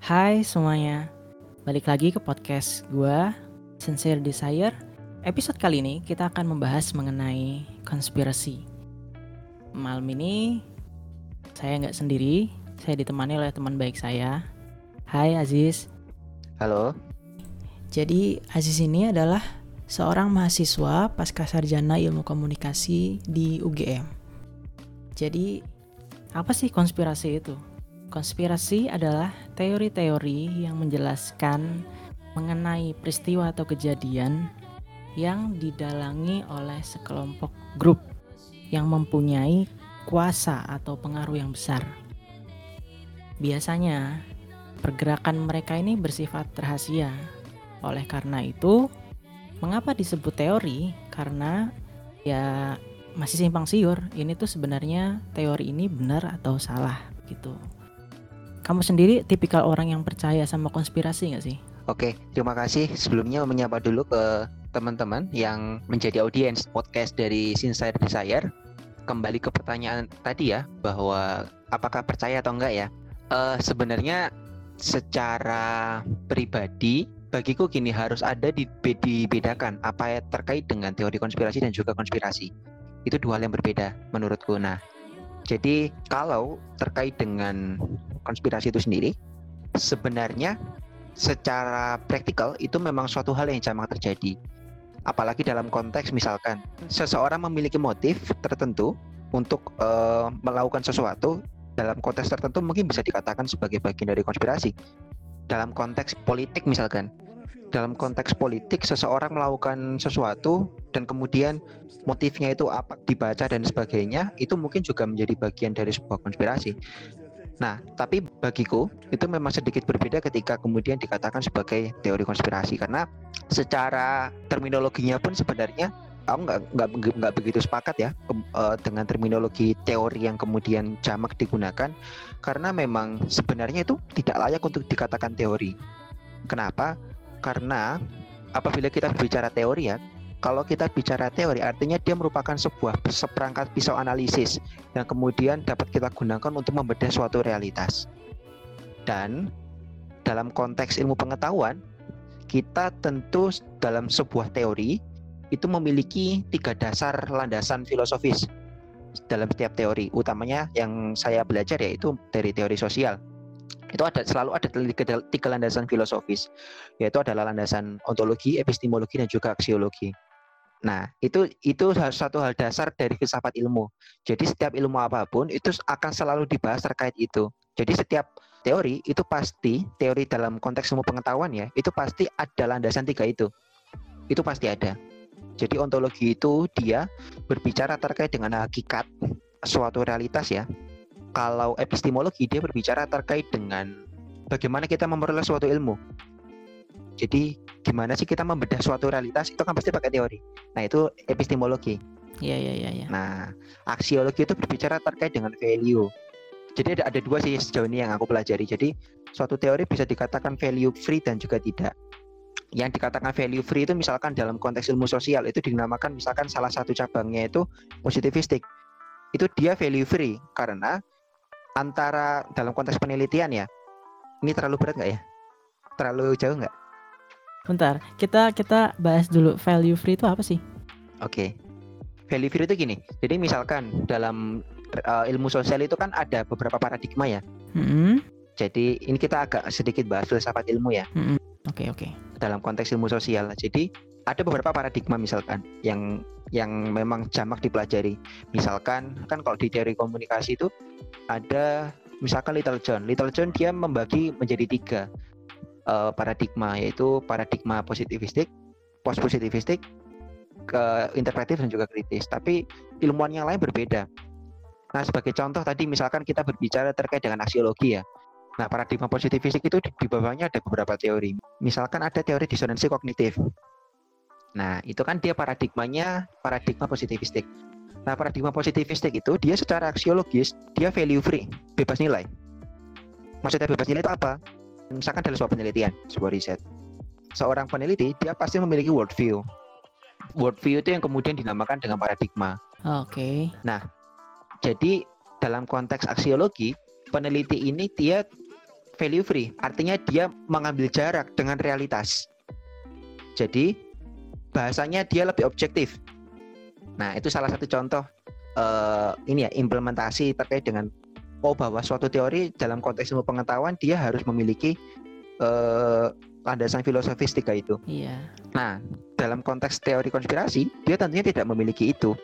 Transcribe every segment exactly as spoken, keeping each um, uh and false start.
Hai semuanya, balik lagi ke podcast gue, Sincere Desire. Episode kali ini kita akan membahas mengenai konspirasi. Malam ini saya nggak sendiri, saya ditemani oleh teman baik saya. Hai Aziz. Halo. Jadi Aziz ini adalah seorang mahasiswa pasca sarjana ilmu komunikasi di U G M. Jadi apa sih konspirasi itu? Konspirasi adalah teori-teori yang menjelaskan mengenai peristiwa atau kejadian yang didalangi oleh sekelompok grup yang mempunyai kuasa atau pengaruh yang besar. Biasanya pergerakan mereka ini bersifat rahasia. Oleh karena itu, mengapa disebut teori? Karena ya masih simpang siur. Ini tuh sebenarnya teori ini benar atau salah gitu. Kamu sendiri tipikal orang yang percaya sama konspirasi gak sih? Oke, terima kasih sebelumnya menyapa dulu ke teman-teman yang menjadi audiens podcast dari Sincere Desire. Kembali ke pertanyaan tadi ya, bahwa apakah percaya atau enggak ya. uh, Sebenarnya secara pribadi bagiku gini, harus ada dibedakan apa ya terkait dengan teori konspirasi dan juga konspirasi. Itu dua hal yang berbeda menurutku. Nah, jadi kalau terkait dengan konspirasi itu sendiri, sebenarnya secara praktikal itu memang suatu hal yang jamak terjadi. Apalagi dalam konteks misalkan seseorang memiliki motif tertentu untuk uh, melakukan sesuatu, dalam konteks tertentu mungkin bisa dikatakan sebagai bagian dari konspirasi. Dalam konteks politik misalkan, dalam konteks politik seseorang melakukan sesuatu dan kemudian motifnya itu apa dibaca dan sebagainya, itu mungkin juga menjadi bagian dari sebuah konspirasi. Nah, tapi bagiku itu memang sedikit berbeda ketika kemudian dikatakan sebagai teori konspirasi, karena secara terminologinya pun sebenarnya aku nggak nggak nggak begitu sepakat ya ke, uh, dengan terminologi teori yang kemudian jamak digunakan, karena memang sebenarnya itu tidak layak untuk dikatakan teori. Kenapa? Karena apabila kita berbicara teori ya, kalau kita bicara teori artinya dia merupakan sebuah seperangkat pisau analisis yang kemudian dapat kita gunakan untuk membedah suatu realitas. Dan dalam konteks ilmu pengetahuan, kita tentu dalam sebuah teori itu memiliki tiga dasar landasan filosofis dalam setiap teori. Utamanya yang saya belajar yaitu dari teori sosial. Itu ada selalu ada tiga, tiga landasan filosofis, yaitu adalah landasan ontologi, epistemologi, dan juga aksiologi. Nah, itu itu satu hal dasar dari filsafat ilmu. Jadi setiap ilmu apapun itu akan selalu dibahas terkait itu. Jadi setiap teori itu pasti, teori dalam konteks ilmu pengetahuan ya, itu pasti ada landasan tiga itu. Itu pasti ada. Jadi ontologi itu dia berbicara terkait dengan hakikat suatu realitas ya. Kalau epistemologi dia berbicara terkait dengan bagaimana kita memperoleh suatu ilmu. Jadi gimana sih kita membedah suatu realitas, itu kan pasti pakai teori. Nah, itu epistemologi. Iya, iya, iya, iya. Nah, aksiologi itu berbicara terkait dengan value. Jadi ada, ada dua sih sejauh ini yang aku pelajari. Jadi suatu teori bisa dikatakan value free dan juga tidak. Yang dikatakan value free itu misalkan dalam konteks ilmu sosial itu dinamakan misalkan salah satu cabangnya itu positivistik. Itu dia value free karena antara dalam konteks penelitian ya. Ini terlalu berat nggak ya? Terlalu jauh nggak? Bentar, kita kita bahas dulu value free itu apa sih? Oke, okay. Value free itu gini. Jadi misalkan dalam uh, ilmu sosial itu kan ada beberapa paradigma ya. Mm-hmm. Jadi ini kita agak sedikit bahas filsafat ilmu ya. Oke mm-hmm. oke. Okay, okay. Dalam konteks ilmu sosial. Jadi ada beberapa paradigma misalkan yang yang memang jamak dipelajari. Misalkan kan kalau di teori komunikasi itu ada misalkan Littlejohn. Littlejohn dia membagi menjadi tiga. Uh, paradigma, yaitu paradigma positivistik, post positivistik, ke interpretif dan juga kritis. Tapi ilmuwan yang lain berbeda. Nah, sebagai contoh tadi misalkan kita berbicara terkait dengan aksiologi ya. Nah, paradigma positivistik itu di, di bawahnya ada beberapa teori. Misalkan ada teori disonansi kognitif. Nah, itu kan dia paradigmanya paradigma positivistik. Nah, paradigma positivistik itu dia secara aksiologis dia value free, bebas nilai. Maksudnya bebas nilai itu apa? Misalkan dalam sebuah penelitian, sebuah riset, seorang peneliti dia pasti memiliki worldview. Worldview itu yang kemudian dinamakan dengan paradigma. Oke. Okay. Nah, jadi dalam konteks aksiologi, peneliti ini dia value free, artinya dia mengambil jarak dengan realitas. Jadi bahasanya dia lebih objektif. Nah, itu salah satu contoh uh, ini ya, implementasi terkait dengan oh bahwa suatu teori dalam konteks ilmu pengetahuan dia harus memiliki uh, landasan filosofis tiga itu. Iya. Nah, dalam konteks teori konspirasi dia tentunya tidak memiliki itu.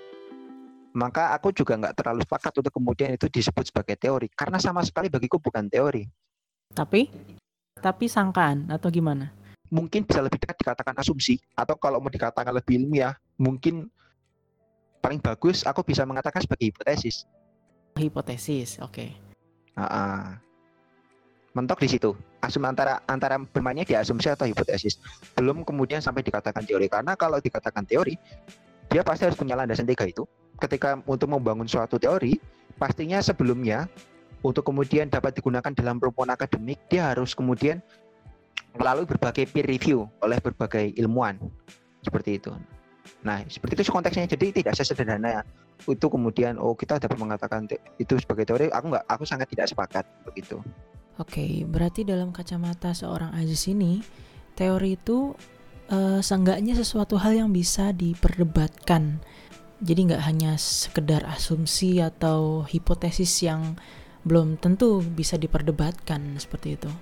Maka aku juga nggak terlalu sepakat untuk kemudian itu disebut sebagai teori, karena sama sekali bagiku bukan teori. Tapi, tapi sangkaan atau gimana? Mungkin bisa lebih dekat dikatakan asumsi, atau kalau mau dikatakan lebih ilmiah, mungkin paling bagus aku bisa mengatakan sebagai hipotesis. Hipotesis, oke. Okay. Uh-uh. Mentok di situ. Asum antara antara bermainnya di asumsi atau hipotesis. Belum kemudian sampai dikatakan teori, karena kalau dikatakan teori, dia pasti harus punya landasan tiga itu. Ketika untuk membangun suatu teori, pastinya sebelumnya untuk kemudian dapat digunakan dalam rumpun akademik, dia harus kemudian melalui berbagai peer review oleh berbagai ilmuwan, seperti itu. Nah, seperti itu konteksnya. Jadi tidak sesederhana itu kemudian oh kita dapat mengatakan te- itu sebagai teori. Aku nggak, aku sangat tidak sepakat begitu. Oke, berarti dalam kacamata seorang Aziz ini, teori itu uh, seenggaknya sesuatu hal yang bisa diperdebatkan. Jadi nggak hanya sekedar asumsi atau hipotesis yang belum tentu bisa diperdebatkan, seperti itu.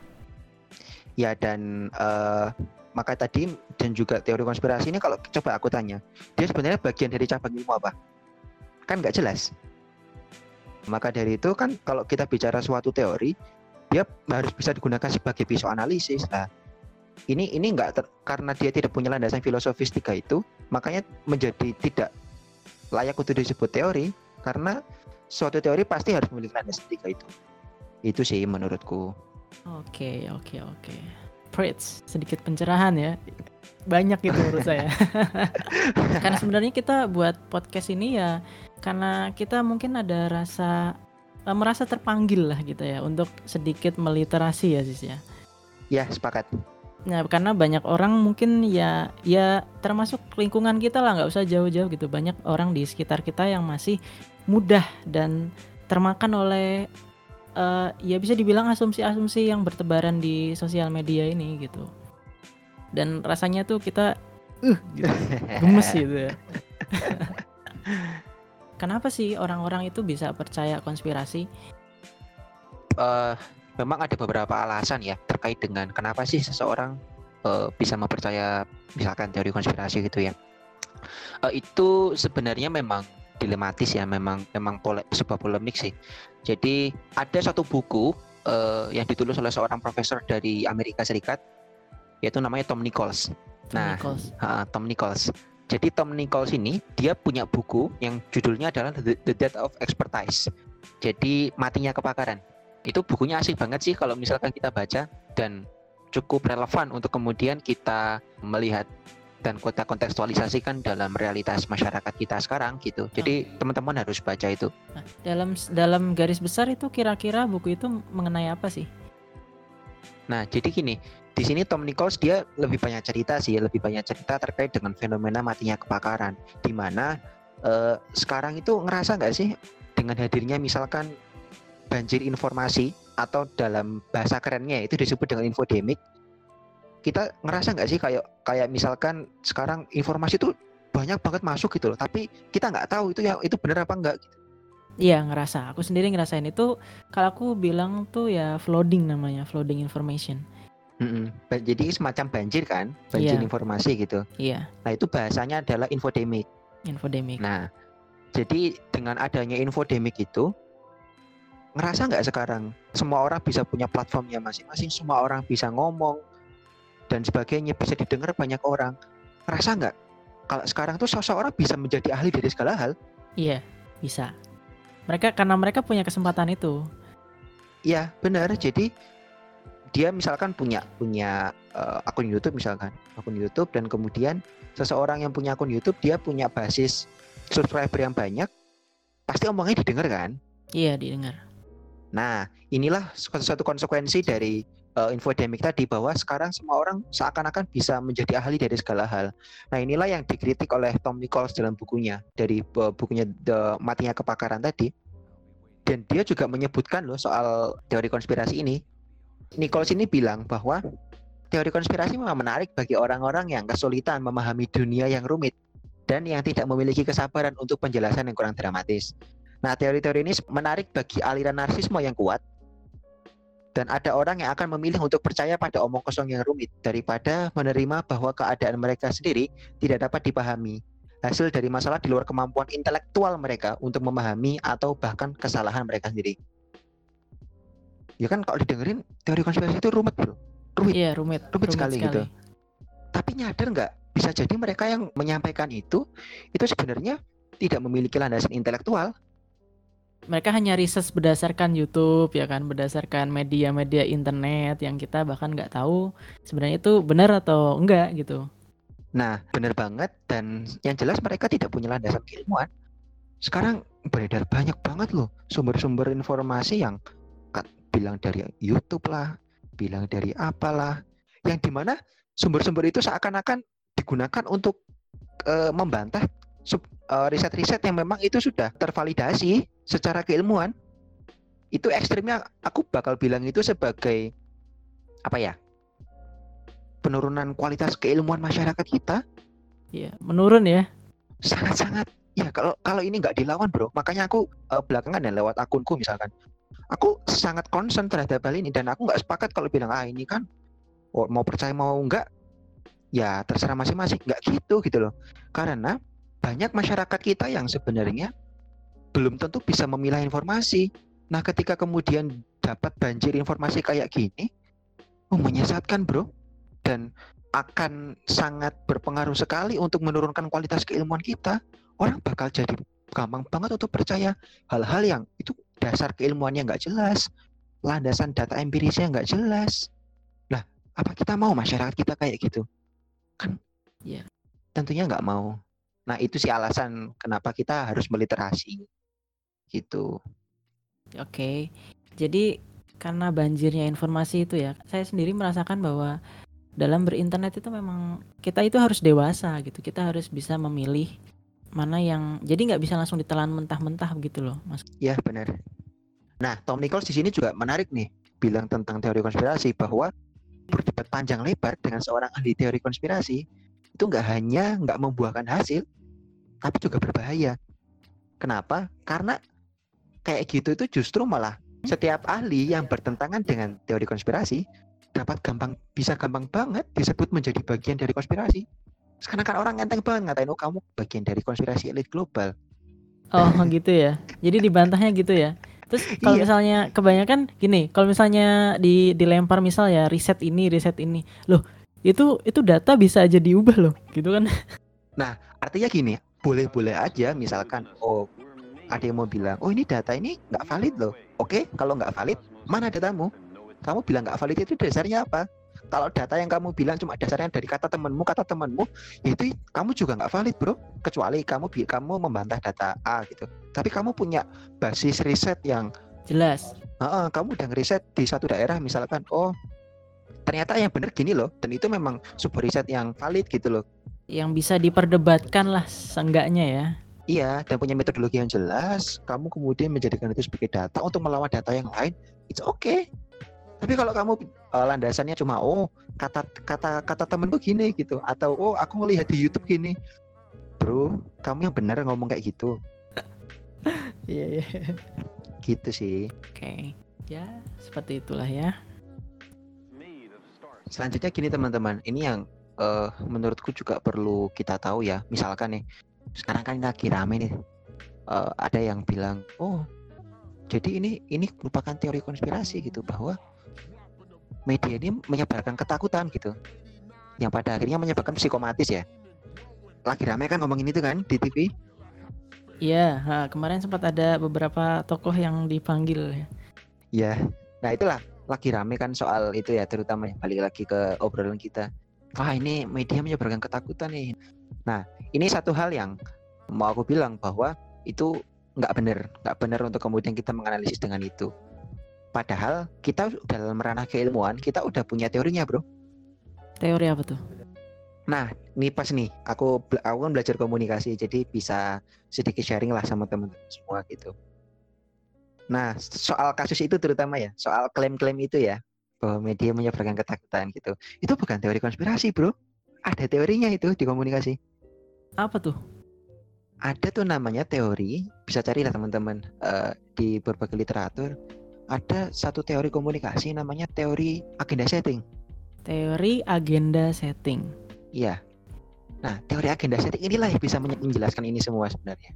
Ya, dan uh, maka tadi dan juga teori konspirasi ini kalau coba aku tanya, dia sebenarnya bagian dari cabang ilmu apa? Kan nggak jelas. Maka dari itu kan kalau kita bicara suatu teori, dia harus bisa digunakan sebagai pisau analisis. Nah, ini ini nggak ter, karena dia tidak punya landasan filosofis tiga itu, makanya menjadi tidak layak untuk disebut teori, karena suatu teori pasti harus memiliki landasan tiga itu. Itu sih menurutku. Oke, oke, oke. Preach, sedikit pencerahan ya. Banyak itu menurut saya. Karena sebenarnya kita buat podcast ini ya karena kita mungkin ada rasa uh, merasa terpanggil lah gitu ya untuk sedikit meliterasi ya Sis ya. Ya, sepakat. Nah, karena banyak orang mungkin ya ya termasuk lingkungan kita lah, nggak usah jauh-jauh gitu. Banyak orang di sekitar kita yang masih mudah dan termakan oleh Uh, ya bisa dibilang asumsi-asumsi yang bertebaran di sosial media ini gitu. Dan rasanya tuh kita uh gitu, gemes gitu ya. Kenapa sih orang-orang itu bisa percaya konspirasi? Uh, memang ada beberapa alasan ya terkait dengan kenapa sih seseorang uh, bisa mempercaya misalkan teori konspirasi gitu ya. Uh, itu sebenarnya memang dilematis ya, memang memang pole, sebuah polemik sih. Jadi ada satu buku uh, yang ditulis oleh seorang profesor dari Amerika Serikat, yaitu namanya Tom Nichols. Tom nah, Nichols. Uh, Tom Nichols. Jadi Tom Nichols ini dia punya buku yang judulnya adalah The, The Death of Expertise. Jadi matinya kepakaran. Itu bukunya asik banget sih kalau misalkan kita baca, dan cukup relevan untuk kemudian kita melihat dan kita kontekstualisasikan dalam realitas masyarakat kita sekarang gitu. Jadi oh. teman-teman harus baca itu. Nah, dalam dalam garis besar itu kira-kira buku itu mengenai apa sih? Nah, jadi gini, di sini Tom Nichols dia lebih banyak cerita sih, lebih banyak cerita terkait dengan fenomena matinya kebakaran, di mana eh, sekarang itu ngerasa nggak sih dengan hadirnya misalkan banjir informasi atau dalam bahasa kerennya itu disebut dengan infodemic. Kita ngerasa nggak sih kayak kayak misalkan sekarang informasi itu banyak banget masuk gitu loh, tapi kita nggak tahu itu ya itu benar apa enggak gitu. Iya, ngerasa. Aku sendiri ngerasain itu. Kalau aku bilang tuh ya flooding namanya, flooding information. Mm-mm. Jadi semacam banjir kan, banjir yeah. informasi gitu. Iya. Nah, itu bahasanya adalah infodemic. Infodemic. Nah, jadi dengan adanya infodemic itu, ngerasa nggak sekarang semua orang bisa punya platformnya masing-masing, semua orang bisa ngomong dan sebagainya, bisa didengar banyak orang. Ngerasa nggak kalau sekarang tuh seseorang bisa menjadi ahli dari segala hal? Iya, bisa. Mereka karena mereka punya kesempatan itu. Iya, benar. Jadi dia misalkan punya punya uh, akun YouTube misalkan, akun YouTube, dan kemudian seseorang yang punya akun YouTube dia punya basis subscriber yang banyak, pasti omongnya didengar kan? Iya, didengar. Nah, inilah suatu konsekuensi dari uh, infodemic tadi, bahwa sekarang semua orang seakan-akan bisa menjadi ahli dari segala hal. Nah, inilah yang dikritik oleh Tom Nichols dalam bukunya, dari uh, bukunya The Matinya Kebakaran tadi. Dan dia juga menyebutkan loh soal teori konspirasi ini. Nichols ini bilang bahwa teori konspirasi memang menarik bagi orang-orang yang kesulitan memahami dunia yang rumit dan yang tidak memiliki kesabaran untuk penjelasan yang kurang dramatis. Nah, teori-teori ini menarik bagi aliran narsisme yang kuat, dan ada orang yang akan memilih untuk percaya pada omong kosong yang rumit daripada menerima bahwa keadaan mereka sendiri tidak dapat dipahami, hasil dari masalah di luar kemampuan intelektual mereka untuk memahami atau bahkan kesalahan mereka sendiri. Ya kan, kalau didengerin teori konspirasi itu rumit bro. Rumit, Iya, rumit, rumit, rumit sekali, sekali gitu. Tapi nyadar nggak, bisa jadi mereka yang menyampaikan itu, itu sebenarnya tidak memiliki landasan intelektual. Mereka hanya riset berdasarkan YouTube, ya kan, berdasarkan media-media internet yang kita bahkan nggak tahu sebenarnya itu benar atau enggak gitu. Nah, benar banget, dan yang jelas mereka tidak punya landasan keilmuan. Sekarang beredar banyak banget loh sumber-sumber informasi yang bilang dari YouTube lah, bilang dari apalah, yang dimana sumber-sumber itu seakan-akan digunakan untuk uh, membantah sub, uh, riset-riset yang memang itu sudah tervalidasi secara keilmuan. Itu ekstrimnya aku bakal bilang itu sebagai apa ya, penurunan kualitas keilmuan masyarakat kita. Iya, menurun ya. Sangat-sangat. Ya kalau kalau ini nggak dilawan bro, makanya aku uh, belakangan ya lewat akunku misalkan, aku sangat concern terhadap hal ini, dan aku nggak sepakat kalau bilang ah ini kan oh, mau percaya mau nggak ya terserah masing-masing, nggak gitu gitu loh. Karena banyak masyarakat kita yang sebenarnya belum tentu bisa memilah informasi. Nah ketika kemudian dapat banjir informasi kayak gini, oh menyesatkan bro, dan akan sangat berpengaruh sekali untuk menurunkan kualitas keilmuan kita. Orang bakal jadi gampang banget untuk percaya hal-hal yang itu dasar keilmuannya nggak jelas, landasan data empirisnya nggak jelas. Nah, apa kita mau masyarakat kita kayak gitu? Kan yeah. Tentunya nggak mau. Nah, itu sih alasan kenapa kita harus meliterasi gitu. Oke, okay. Jadi karena banjirnya informasi itu ya, saya sendiri merasakan bahwa dalam berinternet itu memang kita itu harus dewasa gitu. Kita harus bisa memilih mana yang, jadi nggak bisa langsung ditelan mentah-mentah gitu loh, Mas. Iya benar. Nah, Tom Nichols di sini juga menarik nih, bilang tentang teori konspirasi bahwa berdebat panjang lebar dengan seorang ahli teori konspirasi itu nggak hanya nggak membuahkan hasil, tapi juga berbahaya. Kenapa? Karena kayak gitu itu justru malah setiap ahli yang bertentangan dengan teori konspirasi dapat gampang, bisa gampang banget disebut menjadi bagian dari konspirasi. Sekarang kan orang ngenteng banget ngatain, oh kamu bagian dari konspirasi elit global. Oh gitu ya. Jadi dibantahnya gitu ya. Terus kalau iya. misalnya kebanyakan gini, kalau misalnya di dilempar misal ya riset ini, riset ini. Loh, itu itu data bisa aja diubah loh, gitu kan. Nah, artinya gini, boleh-boleh aja misalkan oh ada yang mau bilang, oh ini data ini nggak valid loh. Oke, kalau nggak valid, mana datamu? Kamu bilang nggak valid itu dasarnya apa? Kalau data yang kamu bilang cuma dasarnya dari kata temanmu, kata temanmu, itu kamu juga nggak valid bro. Kecuali kamu kamu membantah data A gitu. Tapi kamu punya basis riset yang jelas. Uh, uh, kamu udah ngeriset di satu daerah misalkan, oh ternyata yang benar gini loh, dan itu memang sebuah riset yang valid gitu loh. Yang bisa diperdebatkan lah seenggaknya ya. Iya, dan punya metodologi yang jelas. Kamu kemudian menjadikan itu sebagai data untuk melawan data yang lain, it's okay. Tapi kalau kamu uh, landasannya cuma oh kata kata kata temenku gini gitu, atau oh aku ngelihat di YouTube gini, bro, kamu yang benar ngomong kayak gitu. Iya iya. Gitu sih. Oke, okay. Ya seperti itulah ya. Selanjutnya gini teman-teman, ini yang uh, menurutku juga perlu kita tahu ya. Misalkan nih, sekarang kan lagi rame nih, uh, ada yang bilang, oh jadi ini ini merupakan teori konspirasi gitu, bahwa media ini menyebarkan ketakutan gitu, yang pada akhirnya menyebabkan psikomatis ya. Lagi ramai kan ngomongin itu kan di T V. Iya, nah, kemarin sempat ada beberapa tokoh yang dipanggil ya. Ya, nah itulah lagi ramai kan soal itu ya, terutama balik lagi ke obrolan kita. Wah ini media menyebarkan ketakutan nih. Nah ini satu hal yang mau aku bilang bahwa itu nggak benar, nggak benar untuk kemudian kita menganalisis dengan itu. Padahal kita dalam ranah keilmuan kita udah punya teorinya bro. Teori apa tuh? Nah ini pas nih, aku aku kan belajar komunikasi, jadi bisa sedikit sharing lah sama teman-teman semua gitu. Nah soal kasus itu terutama ya, soal klaim-klaim itu ya, bahwa media menyebarkan ketakutan gitu. Itu bukan teori konspirasi, bro. Ada teorinya itu di komunikasi. Apa tuh? Ada tuh namanya teori, bisa cari lah teman-teman uh, di berbagai literatur. Ada satu teori komunikasi namanya teori agenda setting. Teori agenda setting. Iya. Nah, teori agenda setting inilah yang bisa menjelaskan ini semua sebenarnya.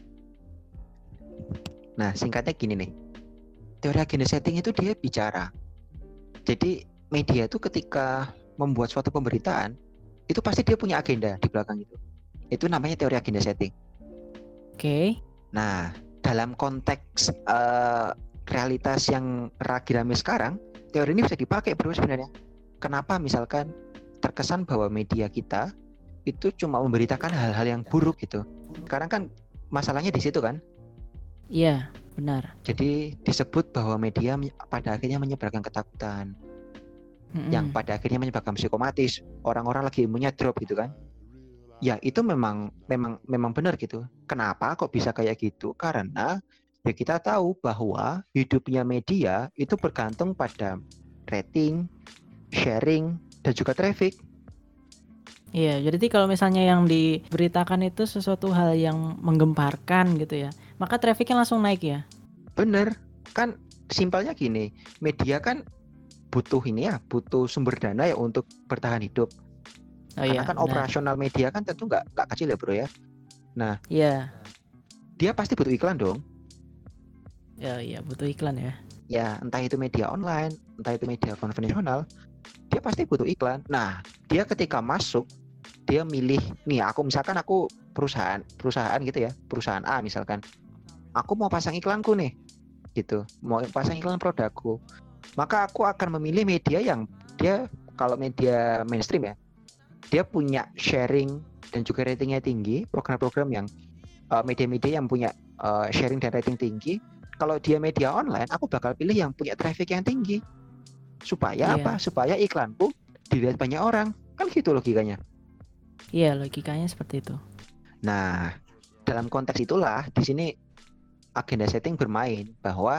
Nah, singkatnya gini nih. Teori agenda setting itu dia bicara. Jadi media itu ketika membuat suatu pemberitaan, itu pasti dia punya agenda di belakang itu. Itu namanya teori agenda setting. Oke. Okay. Nah, dalam konteks uh, realitas yang lagi rame sekarang, teori ini bisa dipakai bro sebenarnya. Kenapa misalkan terkesan bahwa media kita itu cuma memberitakan hal-hal yang buruk gitu. Sekarang kan masalahnya di situ kan? Iya, benar. Jadi disebut bahwa media pada akhirnya menyebarkan ketakutan. Mm-hmm. Yang pada akhirnya menyebabkan psikomatis, orang-orang lagi imunnya drop gitu kan. Ya itu memang memang memang benar gitu. Kenapa kok bisa kayak gitu? Karena ya kita tahu bahwa hidupnya media itu bergantung pada rating, sharing, dan juga traffic. Iya, jadi kalau misalnya yang diberitakan itu sesuatu hal yang menggemparkan gitu ya, maka trafficnya langsung naik ya. Bener, kan simpelnya gini, media kan butuh ini ya, butuh sumber dana ya untuk bertahan hidup. Oh, karena iya, kan benar. Operasional media kan tentu nggak nggak kecil ya bro ya. Nah, iya, dia pasti butuh iklan dong. Ya iya butuh iklan ya. Ya entah itu media online, entah itu media konvensional, dia pasti butuh iklan. Nah, dia ketika masuk, dia milih nih aku misalkan aku perusahaan perusahaan gitu ya, perusahaan A misalkan, aku mau pasang iklanku nih, gitu, mau pasang iklan produkku, maka aku akan memilih media yang dia kalau media mainstream ya, dia punya sharing dan juga ratingnya tinggi, program-program yang uh, media-media yang punya uh, sharing dan rating tinggi. Kalau dia media online, aku bakal pilih yang punya traffic yang tinggi, supaya yeah. apa? Supaya iklanku dilihat banyak orang, kan gitu logikanya. Iya, yeah, logikanya seperti itu. Nah, dalam konteks itulah di sini agenda setting bermain, bahwa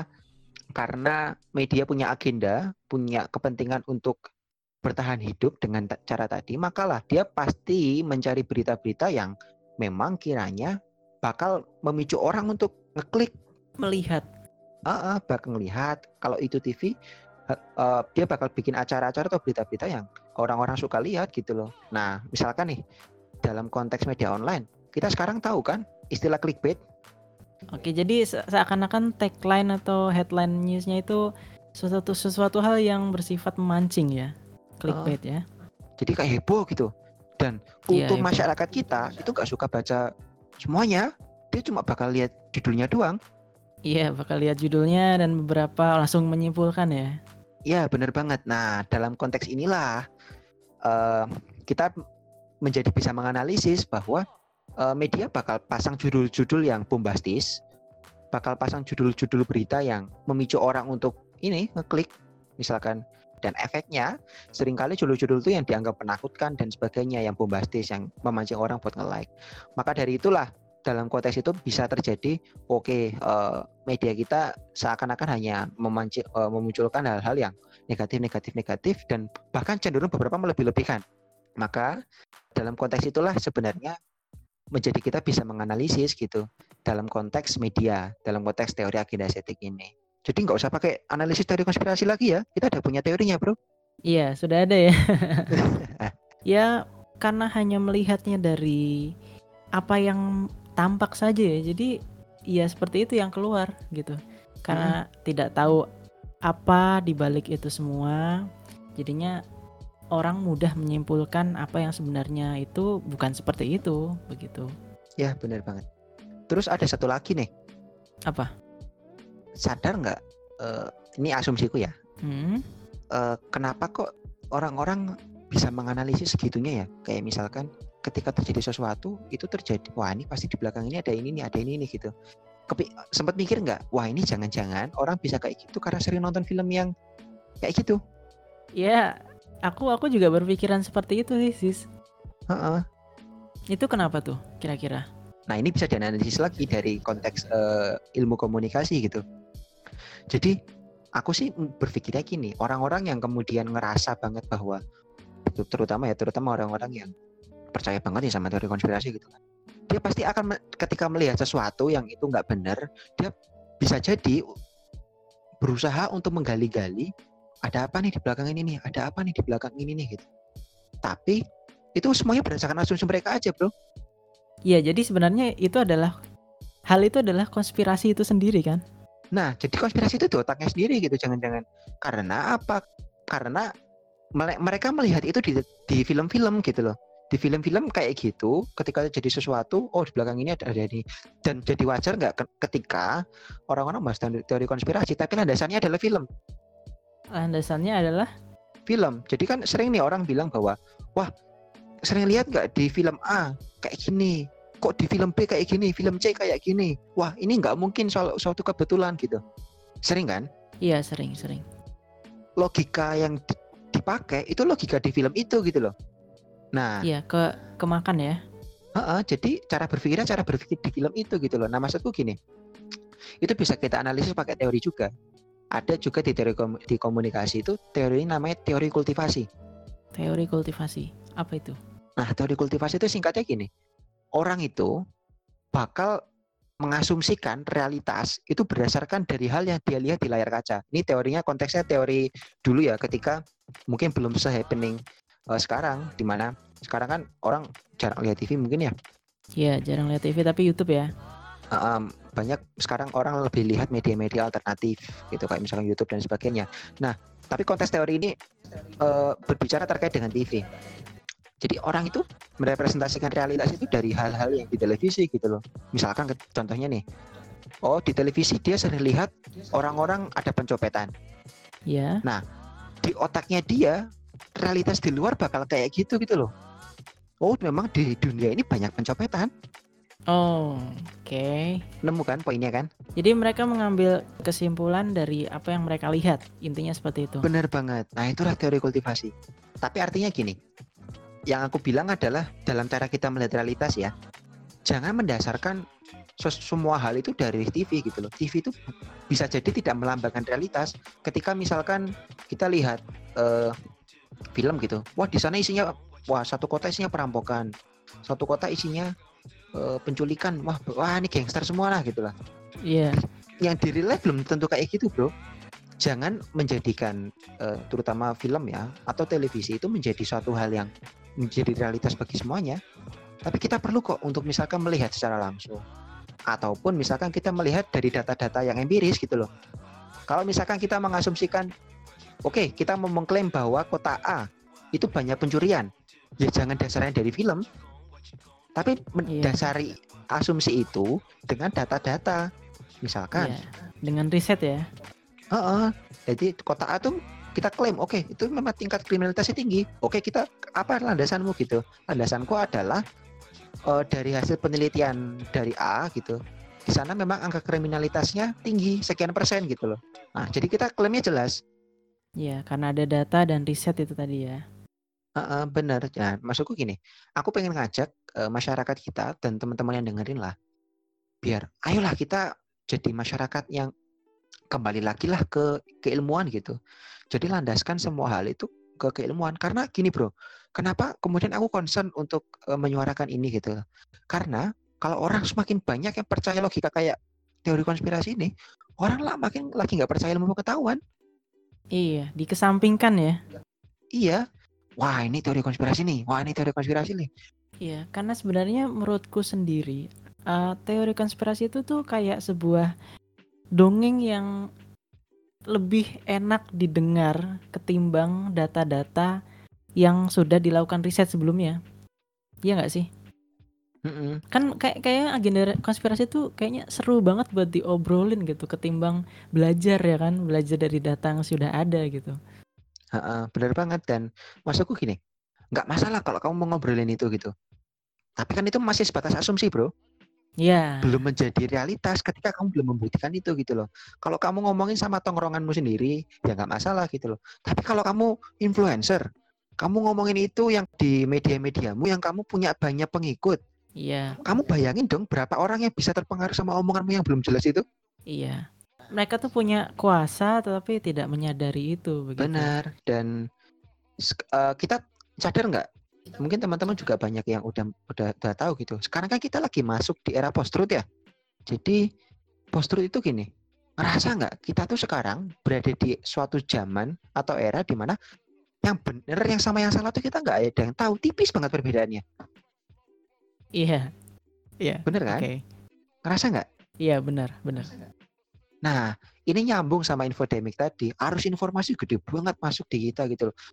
karena media punya agenda, punya kepentingan untuk bertahan hidup dengan t- cara tadi, makalah dia pasti mencari berita-berita yang memang kiranya bakal memicu orang untuk ngeklik, melihat. Uh, uh, bakal ngelihat. Kalau itu T V, uh, uh, dia bakal bikin acara-acara atau berita-berita yang orang-orang suka lihat gitu loh. Nah, misalkan nih dalam konteks media online, kita sekarang tahu kan istilah clickbait. Oke, jadi seakan-akan tagline atau headline newsnya itu sesuatu sesuatu hal yang bersifat memancing ya, clickbait uh, ya. Jadi kayak heboh gitu. Dan ya, untuk heboh. Masyarakat kita itu nggak suka baca semuanya, dia cuma bakal lihat judulnya doang. Iya, bakal lihat judulnya dan beberapa langsung menyimpulkan ya. Iya, benar banget. Nah, dalam konteks inilah uh, kita menjadi bisa menganalisis bahwa uh, media bakal pasang judul-judul yang bombastis, bakal pasang judul-judul berita yang memicu orang untuk ini ngeklik misalkan, dan efeknya seringkali judul-judul itu yang dianggap menakutkan dan sebagainya, yang bombastis, yang memancing orang buat nge-like. Maka dari itulah dalam konteks itu bisa terjadi oke okay, uh, media kita seakan-akan hanya memancing, uh, memunculkan hal-hal yang negatif negatif negatif dan bahkan cenderung beberapa melebih-lebihkan. Maka dalam konteks itulah sebenarnya menjadi kita bisa menganalisis gitu dalam konteks media, dalam konteks teori agenda setting ini. Jadi nggak usah pakai analisis teori konspirasi lagi ya, kita udah punya teorinya bro. Iya sudah ada ya. Ya karena hanya melihatnya dari apa yang tampak saja ya, jadi ya seperti itu yang keluar gitu. Karena hmm. tidak tahu apa dibalik itu semua, jadinya orang mudah menyimpulkan apa yang sebenarnya itu bukan seperti itu, begitu. Ya benar banget. Terus ada satu lagi nih. Apa? Sadar nggak? Uh, ini asumsiku ya. Hmm? Uh, kenapa kok orang-orang bisa menganalisis segitunya ya? Kayak misalkan ketika terjadi sesuatu itu terjadi, wah ini pasti di belakang ini ada ini nih, ada ini nih gitu. Kepi- sempat mikir nggak? Wah ini jangan-jangan orang bisa kayak gitu karena sering nonton film yang kayak gitu. Ya. Aku aku juga berpikiran seperti itu sih, Sis. Uh-uh. Itu kenapa tuh kira-kira? Nah, ini bisa dianalisis lagi dari konteks uh, ilmu komunikasi gitu. Jadi, aku sih berpikirnya gini, orang-orang yang kemudian ngerasa banget bahwa terutama ya terutama orang-orang yang percaya banget ya sama teori konspirasi gitu kan, dia pasti akan ketika melihat sesuatu yang itu nggak benar, dia bisa jadi berusaha untuk menggali-gali ada apa nih di belakang ini nih, ada apa nih di belakang ini nih gitu. Tapi itu semuanya berdasarkan asumsi mereka aja, bro. Iya, jadi sebenarnya itu adalah hal itu adalah konspirasi itu sendiri kan. Nah, jadi konspirasi itu di otaknya sendiri gitu, jangan-jangan. Karena apa? Karena mereka melihat itu di, di film-film gitu loh. Di film-film kayak gitu, ketika jadi sesuatu, oh di belakang ini ada, ada ini. Dan jadi wajar nggak ketika orang-orang bahas teori konspirasi, tapi landasannya adalah film. Landasannya adalah? Film. Jadi kan sering nih orang bilang bahwa, wah sering lihat nggak di film A kayak gini, kok di film B kayak gini, film C kayak gini. Wah ini nggak mungkin soal suatu kebetulan gitu. Sering kan? Iya sering sering. Logika yang dipakai itu logika di film itu gitu loh. Nah, iya ke kemakan ya. Uh-uh, jadi cara berpikirnya cara berpikir di film itu gitu loh. Nah maksudku gini, itu bisa kita analisis pakai teori juga. Ada juga di teori kom- di komunikasi itu teori namanya teori kultivasi. Teori kultivasi apa itu? Nah teori kultivasi itu singkatnya gini, orang itu bakal mengasumsikan realitas itu berdasarkan dari hal yang dia lihat di layar kaca. Ini teorinya konteksnya teori dulu ya, ketika mungkin belum se-happening uh, sekarang, dimana sekarang kan orang jarang lihat T V mungkin ya. Iya jarang lihat T V tapi YouTube ya. Uh, um, banyak sekarang orang lebih lihat media-media alternatif gitu kayak misalkan YouTube dan sebagainya. Nah tapi konteks teori ini uh, berbicara terkait dengan T V. Jadi orang itu merepresentasikan realitas itu dari hal-hal yang di televisi gitu loh. Misalkan contohnya nih, oh di televisi dia sering lihat orang-orang ada pencopetan. Ya. Nah di otaknya dia realitas di luar bakal kayak gitu gitu loh. Oh memang di dunia ini banyak pencopetan. Oh oke. Okay. Nemu kan poinnya kan? Jadi mereka mengambil kesimpulan dari apa yang mereka lihat. Intinya seperti itu. Benar banget. Nah itulah teori kultivasi. Tapi artinya gini, yang aku bilang adalah dalam cara kita melihat realitas ya, jangan mendasarkan semua hal itu dari T V gitu loh. T V itu bisa jadi tidak melambangkan realitas. Ketika misalkan kita lihat uh, film gitu, wah di sana isinya, wah satu kota isinya perampokan, satu kota isinya uh, penculikan, wah wah ini gangster semua lah gitulah. Iya. Yeah. Yang di real life belum tentu kayak gitu bro. Jangan menjadikan uh, terutama film ya atau televisi itu menjadi suatu hal yang menjadi realitas bagi semuanya. Tapi kita perlu kok untuk misalkan melihat secara langsung, ataupun misalkan kita melihat dari data-data yang empiris gitu loh. Kalau misalkan kita mengasumsikan, oke okay, kita mau mengklaim bahwa kota A itu banyak pencurian, ya jangan dasarnya dari film, tapi mendasari iya. asumsi itu dengan data-data. Misalkan iya. dengan riset ya. Uh-uh. Jadi kota A tuh kita klaim, oke okay, itu memang tingkat kriminalitasnya tinggi. Oke okay, kita apa landasanmu gitu? Landasanku adalah uh, dari hasil penelitian dari A gitu. Di sana memang angka kriminalitasnya tinggi sekian persen gitu loh. Nah jadi kita klaimnya jelas. Iya karena ada data dan riset itu tadi ya. Uh-uh, benar. Ya, maksudku gini, aku pengen ngajak uh, masyarakat kita dan teman-teman yang dengerin lah, biar ayolah kita jadi masyarakat yang kembali lagi lah ke keilmuan gitu. Jadi landaskan semua hal itu ke keilmuan. Karena gini bro, kenapa kemudian aku concern untuk uh, menyuarakan ini gitu. Karena kalau orang semakin banyak yang percaya logika kayak teori konspirasi ini, orang lah makin lagi nggak percaya ilmu pengetahuan. Iya, dikesampingkan ya. Iya. Wah ini teori konspirasi nih, wah ini teori konspirasi nih. Iya, karena sebenarnya menurutku sendiri, uh, teori konspirasi itu tuh kayak sebuah dongeng yang lebih enak didengar ketimbang data-data yang sudah dilakukan riset sebelumnya. Iya nggak sih? Mm-mm. Kan kayak kayak agenda konspirasi itu kayaknya seru banget buat diobrolin gitu ketimbang belajar ya kan, belajar dari data yang sudah ada gitu. Ha-ha, benar banget. Dan maksudku gini, nggak masalah kalau kamu mau ngobrolin itu gitu. Tapi kan itu masih sebatas asumsi bro. Iya. Belum menjadi realitas ketika kamu belum membuktikan itu gitu loh. Kalau kamu ngomongin sama tongkronganmu sendiri, ya nggak masalah gitu loh. Tapi kalau kamu influencer, kamu ngomongin itu yang di media-mediamu yang kamu punya banyak pengikut. Iya. Kamu bayangin dong berapa orang yang bisa terpengaruh sama omonganmu yang belum jelas itu? Iya. Mereka tuh punya kuasa tetapi tidak menyadari itu begitu. Benar. Dan uh, kita sadar nggak? Mungkin teman-teman juga banyak yang udah udah udah tahu gitu. Sekarang kan kita lagi masuk di era post-truth ya. Jadi post-truth itu gini, ngerasa nggak kita tuh sekarang berada di suatu zaman atau era di mana yang benar, yang sama yang salah tuh kita nggak ada yang tahu, tipis banget perbedaannya. Iya, iya. Bener kan? Okay. Ngerasa nggak? Iya benar, benar. Nah, ini nyambung sama infodemic tadi. Arus informasi gede banget masuk di kita gitu loh.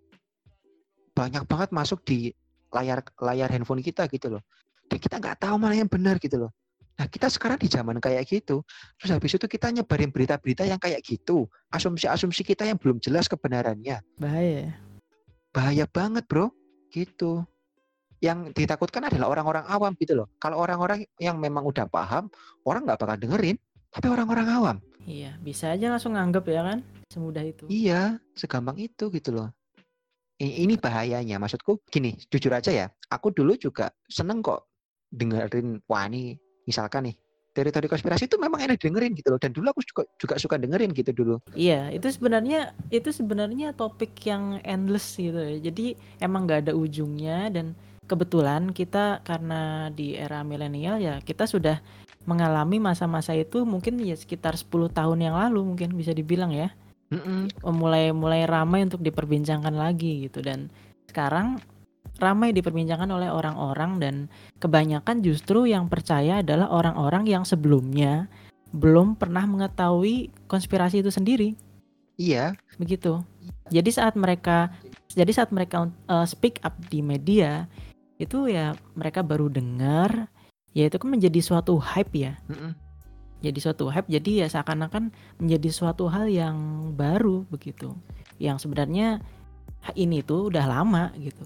Banyak banget masuk di layar layar handphone kita gitu loh. Dan kita nggak tahu mana yang benar gitu loh. Nah, kita sekarang di zaman kayak gitu. Terus habis itu kita nyebarin berita-berita yang kayak gitu. Asumsi-asumsi kita yang belum jelas kebenarannya. Bahaya. Bahaya banget, bro. Gitu. Yang ditakutkan adalah orang-orang awam gitu loh. Kalau orang-orang yang memang udah paham, orang nggak bakal dengerin. Tapi orang-orang awam, iya, bisa aja langsung nganggep ya kan, semudah itu. Iya, segampang itu gitu loh. Ini, ini bahayanya. Maksudku gini, jujur aja ya, aku dulu juga seneng kok dengerin, wah ini misalkan nih, teori-teori konspirasi itu memang enak dengerin gitu loh. Dan dulu aku juga, juga suka dengerin gitu dulu. Iya, itu sebenarnya itu sebenarnya topik yang endless gitu ya. Jadi emang nggak ada ujungnya, dan kebetulan kita karena di era milenial ya, kita sudah mengalami masa-masa itu mungkin ya sekitar sepuluh tahun yang lalu mungkin bisa dibilang ya. Mm-mm. Mulai mulai ramai untuk diperbincangkan lagi gitu, dan sekarang ramai diperbincangkan oleh orang-orang, dan kebanyakan justru yang percaya adalah orang-orang yang sebelumnya belum pernah mengetahui konspirasi itu sendiri. Iya. Begitu. Jadi saat mereka jadi saat mereka uh, speak up di media itu ya mereka baru dengar, ya itu kan menjadi suatu hype ya. Mm-mm. Jadi suatu hype, jadi ya seakan-akan menjadi suatu hal yang baru begitu. Yang sebenarnya ini tuh udah lama gitu.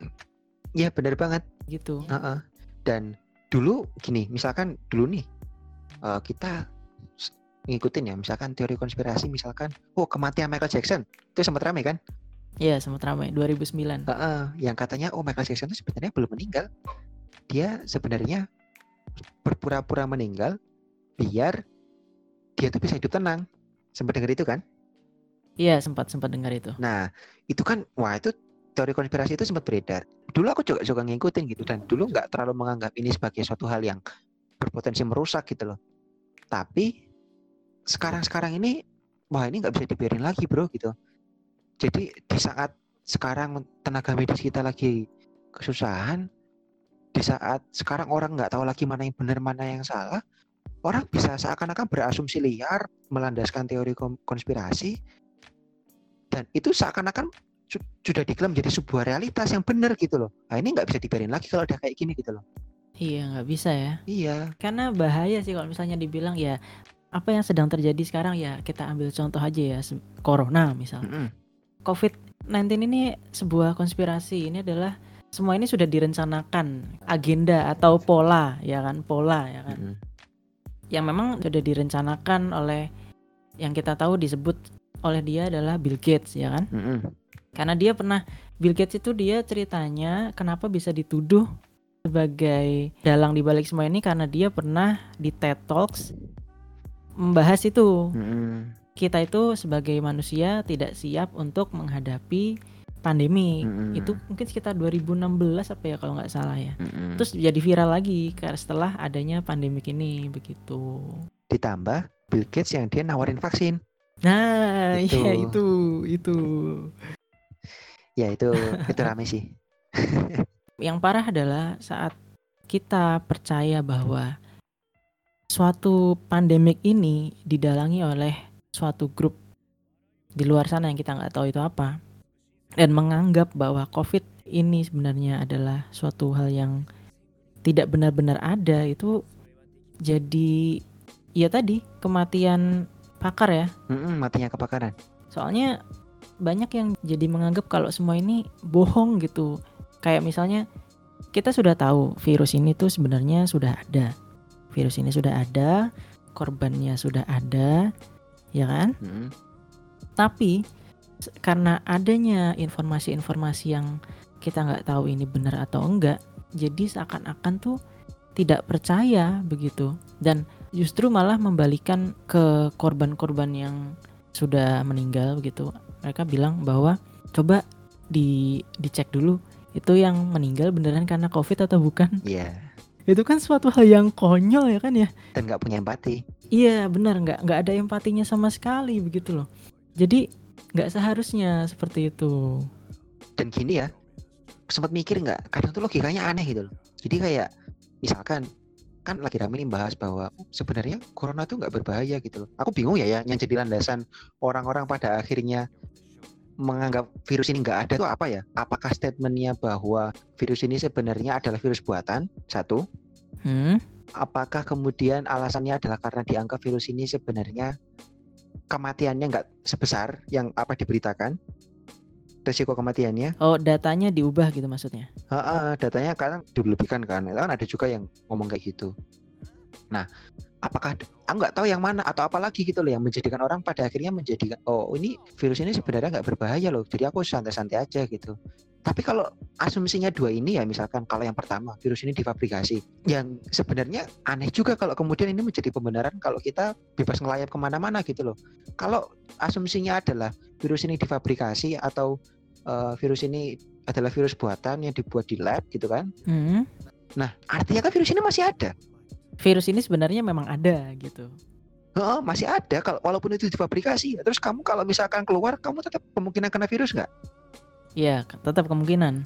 Iya benar banget. Gitu. Uh-uh. Dan dulu gini, misalkan dulu nih uh, kita ngikutin ya, misalkan teori konspirasi, misalkan, oh kematian Michael Jackson, itu sempat ramai kan? Iya sempat ramai, dua ribu sembilan. Uh-uh. Yang katanya, oh Michael Jackson itu sebenarnya belum meninggal, dia sebenarnya berpura-pura meninggal biar dia tuh bisa hidup tenang. Sempat dengar itu kan? Iya sempat sempat dengar itu. Nah itu kan, wah itu teori konspirasi itu sempat beredar. Dulu aku juga juga ngikutin gitu, dan dulu nggak terlalu menganggap ini sebagai suatu hal yang berpotensi merusak gitu loh. Tapi sekarang-sekarang ini, wah ini nggak bisa dibiarin lagi bro gitu. Jadi di saat sekarang tenaga medis kita lagi kesusahan, di saat sekarang orang nggak tahu lagi mana yang benar mana yang salah, orang bisa seakan-akan berasumsi liar, melandaskan teori konspirasi, dan itu seakan-akan sudah diklaim menjadi sebuah realitas yang benar gitu loh. Nah ini nggak bisa dibiarin lagi kalau udah kayak gini gitu loh. Iya nggak bisa ya. Iya. Karena bahaya sih kalau misalnya dibilang ya apa yang sedang terjadi sekarang, ya kita ambil contoh aja ya, corona misal. Mm-hmm. covid sembilan belas ini sebuah konspirasi, ini adalah semua ini sudah direncanakan, agenda atau pola ya kan, pola ya kan. Mm-hmm. Yang memang sudah direncanakan oleh, yang kita tahu disebut oleh dia adalah Bill Gates ya kan. Mm-hmm. Karena dia pernah, Bill Gates itu dia ceritanya kenapa bisa dituduh sebagai dalang dibalik semua ini, karena dia pernah di TED Talks membahas itu. Mm-hmm. Kita itu sebagai manusia tidak siap untuk menghadapi pandemi. Mm-hmm. Itu mungkin sekitar dua ribu enam belas apa ya kalau nggak salah ya. Mm-hmm. Terus jadi viral lagi karena setelah adanya pandemik ini begitu. Ditambah Bill Gates yang dia nawarin vaksin. Nah, itu. ya itu, itu. Ya itu itu rame sih. Yang parah adalah saat kita percaya bahwa suatu pandemik ini didalangi oleh suatu grup di luar sana yang kita nggak tahu itu apa, dan menganggap bahwa COVID ini sebenarnya adalah suatu hal yang tidak benar-benar ada, itu jadi ya tadi kematian pakar ya. Mm-mm, matinya kebakaran. Soalnya banyak yang jadi menganggap kalau semua ini bohong gitu. Kayak misalnya kita sudah tahu virus ini tuh sebenarnya sudah ada. Virus ini sudah ada, korbannya sudah ada, ya kan? Hmm. Tapi karena adanya informasi-informasi yang kita nggak tahu ini benar atau enggak, jadi seakan-akan tuh tidak percaya begitu. Dan justru malah membalikan ke korban-korban yang sudah meninggal gitu. Mereka bilang bahwa coba di dicek dulu itu yang meninggal beneran karena COVID atau bukan. Iya. Itu kan suatu hal yang konyol ya kan ya. Dan nggak punya empati. Iya benar, nggak nggak ada empatinya sama sekali begitu loh. Jadi nggak seharusnya seperti itu. Dan gini ya, sempat mikir nggak? Kadang tuh logikanya aneh gitu loh. Jadi kayak misalkan kan lagi rame nih bahas bahwa sebenarnya corona tuh nggak berbahaya gitu loh. Aku bingung ya ya yang jadi landasan orang-orang pada akhirnya menganggap virus ini nggak ada tuh apa ya? Apakah statementnya bahwa virus ini sebenarnya adalah virus buatan? Satu. Hmm? Apakah kemudian alasannya adalah karena dianggap virus ini sebenarnya kematiannya nggak sebesar yang apa diberitakan? Resiko kematiannya. Oh, datanya diubah gitu maksudnya? Ha, datanya kadang dilebihkan kan. Kan ada juga yang ngomong kayak gitu. Nah, apakah aku nggak tahu yang mana atau apalagi gitu loh yang menjadikan orang pada akhirnya menjadikan oh ini virus ini sebenarnya nggak berbahaya loh. Jadi aku santai-santai aja gitu. Tapi kalau asumsinya dua ini ya, misalkan kalau yang pertama virus ini difabrikasi, yang sebenarnya aneh juga kalau kemudian ini menjadi pembenaran kalau kita bebas ngelayap kemana-mana gitu loh. Kalau asumsinya adalah virus ini difabrikasi atau uh, virus ini adalah virus buatan yang dibuat di lab gitu kan. Hmm? Nah artinya kan virus ini masih ada. Virus ini sebenarnya memang ada gitu. Oh, masih ada kalau walaupun itu difabrikasi. Terus kamu kalau misalkan keluar, kamu tetap kemungkinan kena virus nggak? Iya, tetap kemungkinan.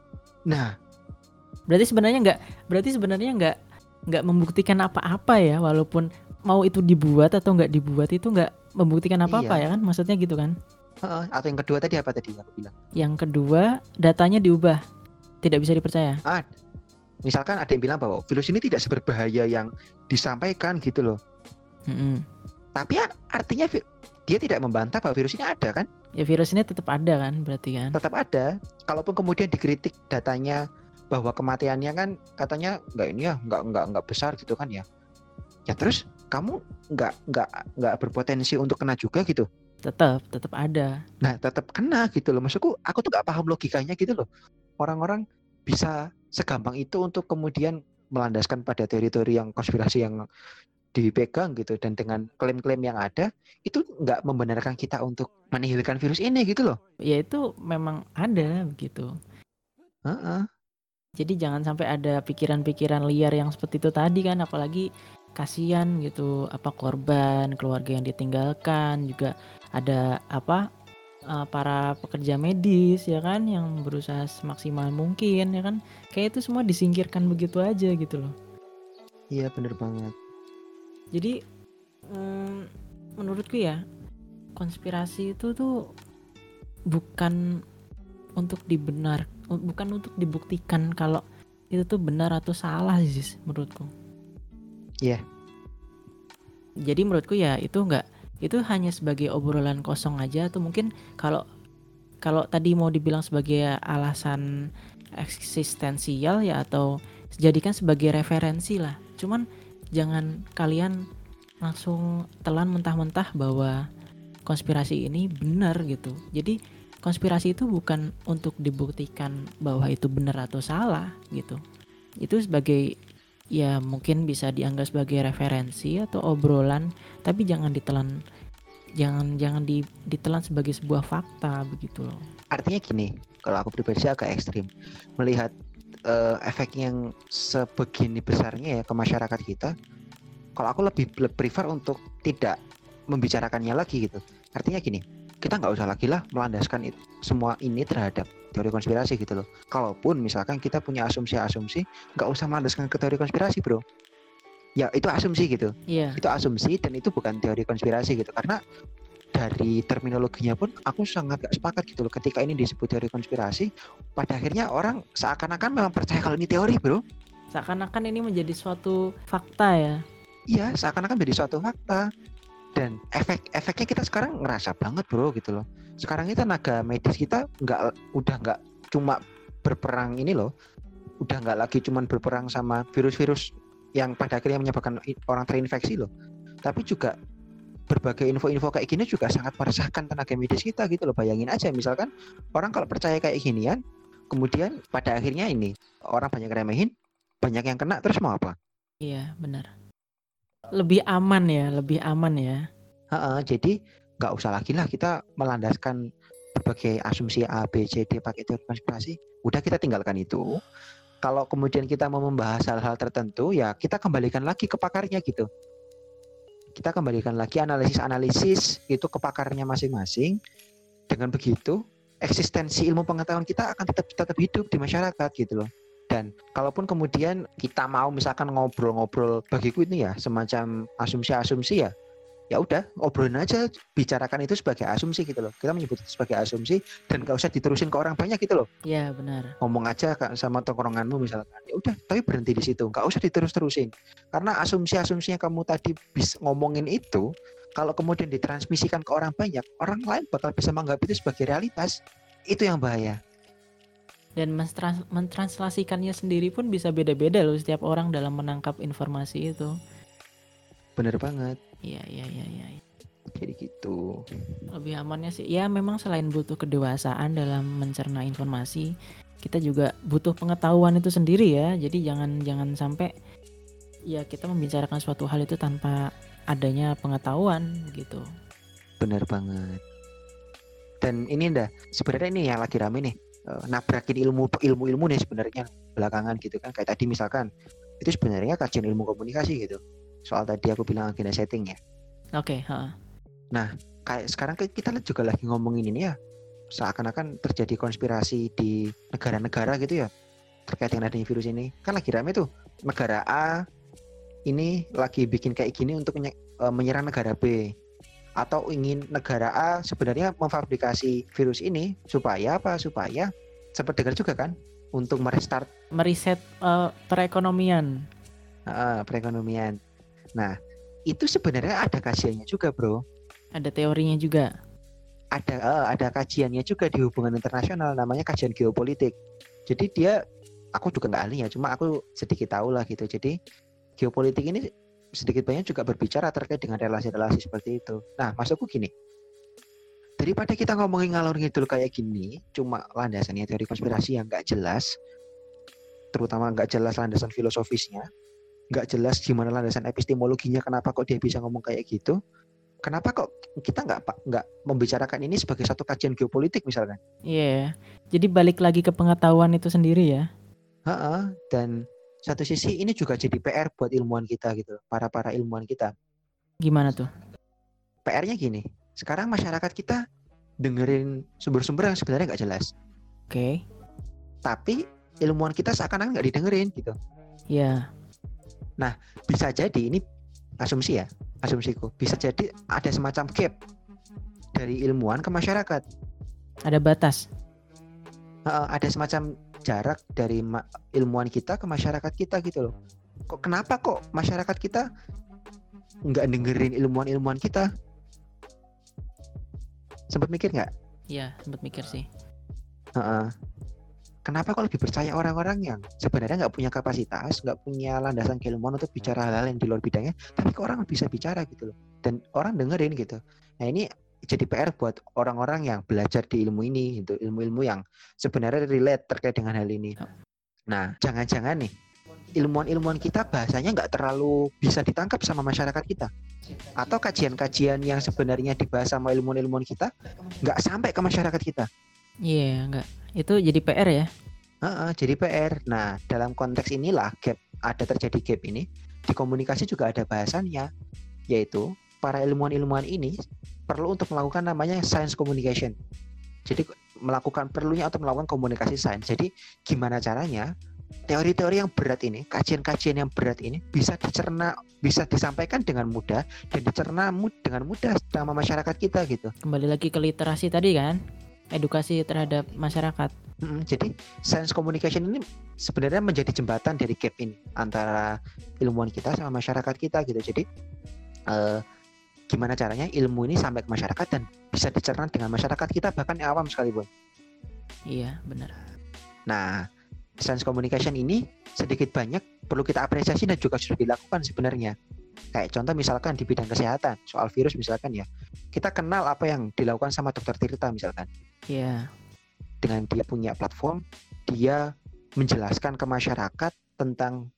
Nah, berarti sebenarnya nggak, berarti sebenarnya nggak nggak membuktikan apa-apa ya, walaupun mau itu dibuat atau nggak dibuat itu nggak membuktikan apa-apa iya. ya kan, maksudnya gitu kan? Uh, atau yang kedua tadi apa tadi aku bilang? Yang kedua, datanya diubah, tidak bisa dipercaya. Ah, misalkan ada yang bilang bahwa virus ini tidak seberbahaya yang disampaikan gitu loh. Mm-hmm. Tapi ya, artinya dia tidak membantah bahwa virus ini ada kan? Ya virus ini tetap ada kan berarti kan? Tetap ada. Kalaupun kemudian dikritik datanya bahwa kematiannya kan katanya nggak ini ya nggak nggak nggak besar gitu kan ya. Ya terus kamu nggak nggak nggak berpotensi untuk kena juga gitu. Tetap tetap ada. Nah tetap kena gitu loh. Maksudku aku tuh nggak paham logikanya gitu loh. Orang-orang bisa segampang itu untuk kemudian melandaskan pada teori-teori yang konspirasi yang dipegang gitu, dan dengan klaim-klaim yang ada itu nggak membenarkan kita untuk menihilkan virus ini gitu loh. Ya itu memang ada begitu. Uh-uh. Jadi jangan sampai ada pikiran-pikiran liar yang seperti itu tadi kan, apalagi kasihan gitu apa korban, keluarga yang ditinggalkan, juga ada apa uh, para pekerja medis ya kan yang berusaha semaksimal mungkin ya kan, kayak itu semua disingkirkan begitu aja gitu loh. Iya bener banget. Jadi mm, menurutku ya konspirasi itu tuh bukan untuk dibenar, bukan untuk dibuktikan kalau itu tuh benar atau salah sih menurutku. Iya. Yeah. Jadi menurutku ya itu enggak, itu hanya sebagai obrolan kosong aja, atau mungkin kalau kalau tadi mau dibilang sebagai alasan eksistensial ya, atau jadikan sebagai referensi lah. Cuman jangan kalian langsung telan mentah-mentah bahwa konspirasi ini benar gitu. Jadi konspirasi itu bukan untuk dibuktikan bahwa itu benar atau salah gitu. Itu sebagai ya mungkin bisa dianggap sebagai referensi atau obrolan, tapi jangan ditelan, jangan jangan di, ditelan sebagai sebuah fakta begitu loh. Artinya gini, kalau aku pribadi agak ekstrim melihat uh, efek yang sebegini besarnya ya ke masyarakat kita. Kalau aku lebih prefer untuk tidak membicarakannya lagi gitu. Artinya gini, kita nggak usah lagi lah melandaskan itu, semua ini terhadap teori konspirasi gitu loh. Kalaupun misalkan kita punya asumsi-asumsi, nggak usah melandaskan ke teori konspirasi bro. Ya itu asumsi gitu. Iya. Itu asumsi dan itu bukan teori konspirasi gitu. Karena dari terminologinya pun aku sangat gak sepakat gitu loh. Ketika ini disebut teori konspirasi, pada akhirnya orang seakan-akan memang percaya kalau ini teori bro. Seakan-akan ini menjadi suatu fakta ya. Iya, seakan-akan menjadi suatu fakta. Dan efek-efeknya kita sekarang ngerasa banget bro gitu loh. Sekarang itu tenaga medis kita nggak udah nggak cuma berperang ini loh, udah nggak lagi cuma berperang sama virus-virus yang pada akhirnya menyebabkan orang terinfeksi loh, tapi juga berbagai info-info kayak gini juga sangat meresahkan tenaga medis kita gitu loh. Bayangin aja misalkan orang kalau percaya kayak ginian, kemudian pada akhirnya ini orang banyak remehin, banyak yang kena, terus mau apa? Iya benar. Lebih aman ya, lebih aman ya. Ha-ha, jadi nggak usah lagi lah kita melandaskan berbagai asumsi A, B, C, D pakai teori konspirasi. Udah kita tinggalkan itu. Kalau kemudian kita mau membahas hal-hal tertentu, ya kita kembalikan lagi ke pakarnya gitu. Kita kembalikan lagi analisis-analisis itu ke pakarnya masing-masing. Dengan begitu, eksistensi ilmu pengetahuan kita akan tetap tetap hidup di masyarakat gitu loh. Dan kalaupun kemudian kita mau misalkan ngobrol-ngobrol, bagiku ini ya semacam asumsi-asumsi ya, ya udah obrolin aja, bicarakan itu sebagai asumsi gitu loh. Kita menyebut itu sebagai asumsi dan gak usah diterusin ke orang banyak gitu loh. Iya benar. Ngomong aja sama tongkronganmu misalkan, ya udah, tapi berhenti di situ, nggak usah diterus-terusin. Karena asumsi-asumsi yang kamu tadi bisa ngomongin itu, kalau kemudian ditransmisikan ke orang banyak, orang lain bakal bisa menganggap itu sebagai realitas. Itu yang bahaya. Dan mentrans- mentranslasikannya sendiri pun bisa beda-beda loh setiap orang dalam menangkap informasi itu. Bener banget. Iya iya iya iya. Jadi gitu. Lebih amannya sih ya memang selain butuh kedewasaan dalam mencerna informasi, kita juga butuh pengetahuan itu sendiri ya. Jadi jangan jangan sampai ya kita membicarakan suatu hal itu tanpa adanya pengetahuan gitu. Bener banget. Dan ini ndah, sebenarnya ini yang lagi rame nih, uh, nabrakin ilmu ilmu ilmu nih sebenarnya belakangan gitu kan. Kayak tadi misalkan itu sebenarnya kajian ilmu komunikasi gitu. Soal tadi aku bilang agenda setting ya. Oke, okay, nah kayak sekarang kita juga lagi ngomongin ini ya, seakan-akan terjadi konspirasi di negara-negara gitu ya terkait dengan adanya virus ini. Kan lagi rame tuh, negara A ini lagi bikin kayak gini untuk menye- menyerang negara B, atau ingin negara A sebenarnya memfabrikasi virus ini supaya apa? Supaya sempat dengar juga kan, untuk merestart meriset uh, perekonomian. Uh, perekonomian. Nah, itu sebenarnya ada kajiannya juga, bro. Ada teorinya juga. Ada uh, ada kajiannya juga di hubungan internasional, namanya kajian geopolitik. Jadi dia, aku juga nggak ahli ya, cuma aku sedikit tahu lah gitu. Jadi geopolitik ini sedikit banyak juga berbicara terkait dengan relasi-relasi seperti itu. Nah, maksudku gini, daripada kita ngomongin ngalor ngidul kayak gini, cuma landasannya teori konspirasi yang nggak jelas, terutama nggak jelas landasan filosofisnya, nggak jelas gimana landasan epistemologinya, kenapa kok dia bisa ngomong kayak gitu, kenapa kok kita nggak nggak membicarakan ini sebagai satu kajian geopolitik misalkan. Iya, yeah. Jadi balik lagi ke pengetahuan itu sendiri ya. Ha-ha, dan satu sisi ini juga jadi P R buat ilmuwan kita gitu, para para ilmuwan kita. Gimana tuh? P R-nya gini, sekarang masyarakat kita dengerin sumber-sumber yang sebenarnya nggak jelas. Oke. Okay. Tapi ilmuwan kita seakan-akan nggak didengerin gitu. Iya. Yeah. Nah, bisa jadi ini asumsi ya, asumsiku. Bisa jadi ada semacam gap dari ilmuwan ke masyarakat. Ada batas. Uh, ada semacam jarak dari ma- ilmuwan kita ke masyarakat kita gitu loh. Kok kenapa kok masyarakat kita nggak dengerin ilmuwan-ilmuwan kita? Sempat mikir nggak? Iya, sempat mikir sih. Uh-uh. Kenapa kok lebih percaya orang-orang yang sebenarnya nggak punya kapasitas, nggak punya landasan keilmuan untuk bicara hal-hal yang di luar bidangnya, tapi kok orang bisa bicara gitu loh, dan orang dengerin gitu. Nah ini jadi P R buat orang-orang yang belajar di ilmu ini, gitu, ilmu-ilmu yang sebenarnya relate terkait dengan hal ini. Nah jangan-jangan nih ilmuwan-ilmuwan kita bahasanya nggak terlalu bisa ditangkap sama masyarakat kita, atau kajian-kajian yang sebenarnya dibahas sama ilmuwan-ilmuwan kita nggak sampai ke masyarakat kita. Iya, yeah, enggak. Itu jadi P R ya? Uh, jadi P R. Nah, dalam konteks inilah gap, ada terjadi gap ini. Di komunikasi juga ada bahasannya, yaitu para ilmuwan-ilmuwan ini perlu untuk melakukan namanya science communication. Jadi melakukan perlunya untuk melakukan komunikasi sains. Jadi gimana caranya teori-teori yang berat ini, kajian-kajian yang berat ini bisa dicerna, bisa disampaikan dengan mudah dan dicerna dengan mudah sama masyarakat kita gitu. Kembali lagi ke literasi tadi kan? Edukasi terhadap masyarakat. Hmm, jadi science communication ini sebenarnya menjadi jembatan dari gap ini antara ilmuwan kita sama masyarakat kita gitu. Jadi uh, gimana caranya ilmu ini sampai ke masyarakat dan bisa dicerna dengan masyarakat kita bahkan yang awam sekalipun. Iya benar. Nah science communication ini sedikit banyak perlu kita apresiasi dan juga sudah dilakukan sebenarnya. Kayak contoh misalkan di bidang kesehatan, soal virus misalkan ya, kita kenal apa yang dilakukan sama dokter Tirta misalkan. Iya. Yeah. Dengan dia punya platform, dia menjelaskan ke masyarakat tentang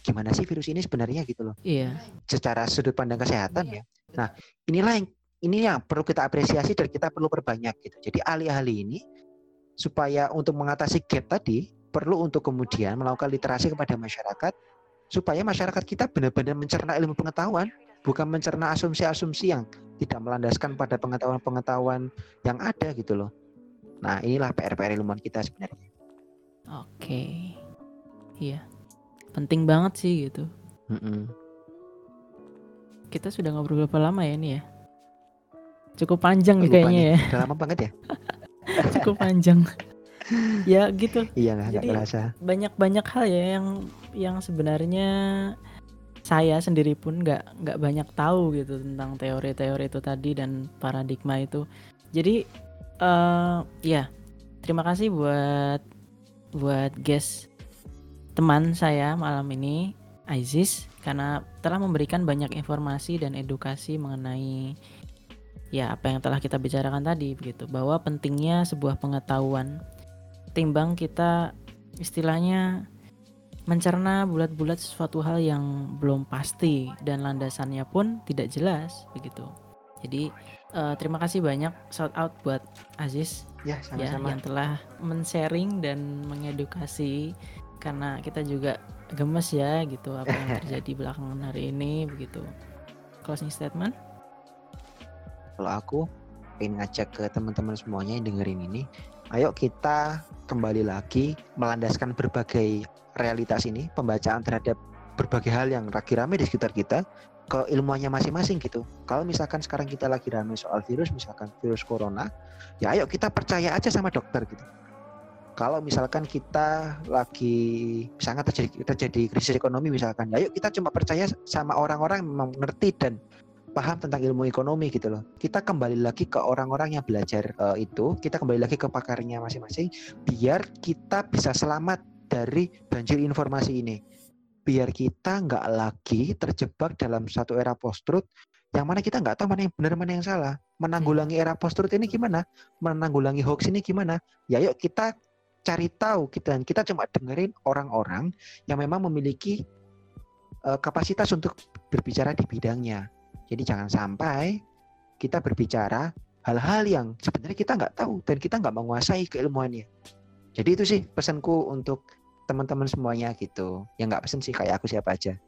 gimana sih virus ini sebenarnya gitu loh. Iya. Secara sudut pandang kesehatan ya. Nah, inilah yang ini yang perlu kita apresiasi dan kita perlu perbanyak gitu. Jadi ahli-ahli ini supaya untuk mengatasi gap tadi perlu untuk kemudian melakukan literasi kepada masyarakat supaya masyarakat kita benar-benar mencerna ilmu pengetahuan, bukan mencerna asumsi-asumsi yang tidak melandaskan pada pengetahuan-pengetahuan yang ada gitu loh. Nah, inilah P R-P R ilmuwan kita sebenarnya. Oke. Iya. Penting banget sih gitu. Mm-mm. Kita sudah ngobrol berapa lama ya ini ya? Cukup panjang nih Lupa kayaknya nih. ya. Udah lama banget ya? Cukup panjang. Ya gitu. Iya, nggak Jadi kerasa. banyak-banyak hal ya yang yang sebenarnya saya sendiri pun nggak nggak banyak tahu gitu tentang teori-teori itu tadi dan paradigma itu. Jadi uh, ya terima kasih buat buat guest teman saya malam ini, Aziz, karena telah memberikan banyak informasi dan edukasi mengenai ya apa yang telah kita bicarakan tadi begitu, bahwa pentingnya sebuah pengetahuan timbang kita istilahnya mencerna bulat-bulat sesuatu hal yang belum pasti dan landasannya pun tidak jelas begitu. Jadi uh, terima kasih banyak, shout out buat Aziz Ya, sama-sama. ya yang telah men-sharing dan mengedukasi, karena kita juga gemes ya gitu apa yang terjadi belakangan hari ini begitu. Closing statement? Kalau aku ingin ngajak ke teman-teman semuanya yang dengerin ini, ayo kita kembali lagi melandaskan berbagai realitas ini, pembacaan terhadap berbagai hal yang lagi rame di sekitar kita ke ilmuannya masing-masing gitu. Kalau misalkan sekarang kita lagi rame soal virus, misalkan virus corona, ya ayo kita percaya aja sama dokter gitu. Kalau misalkan kita lagi misalkan terjadi, terjadi krisis ekonomi misalkan, ya ayo kita cuma percaya sama orang-orang yang mengerti dan paham tentang ilmu ekonomi gitu loh. Kita kembali lagi ke orang-orang yang belajar uh, itu, kita kembali lagi ke pakarnya masing-masing biar kita bisa selamat dari banjir informasi ini. Biar kita nggak lagi terjebak dalam satu era post-truth yang mana kita nggak tahu mana yang benar mana yang salah. Menanggulangi era post-truth ini gimana? Menanggulangi hoax ini gimana? Ya yuk kita cari tahu kita dan kita cuma dengerin orang-orang yang memang memiliki uh, kapasitas untuk berbicara di bidangnya. Jadi jangan sampai kita berbicara hal-hal yang sebenarnya kita nggak tahu dan kita nggak menguasai keilmuannya. Jadi itu sih pesanku untuk teman-teman semuanya gitu. Ya nggak pesen sih kayak aku siapa aja.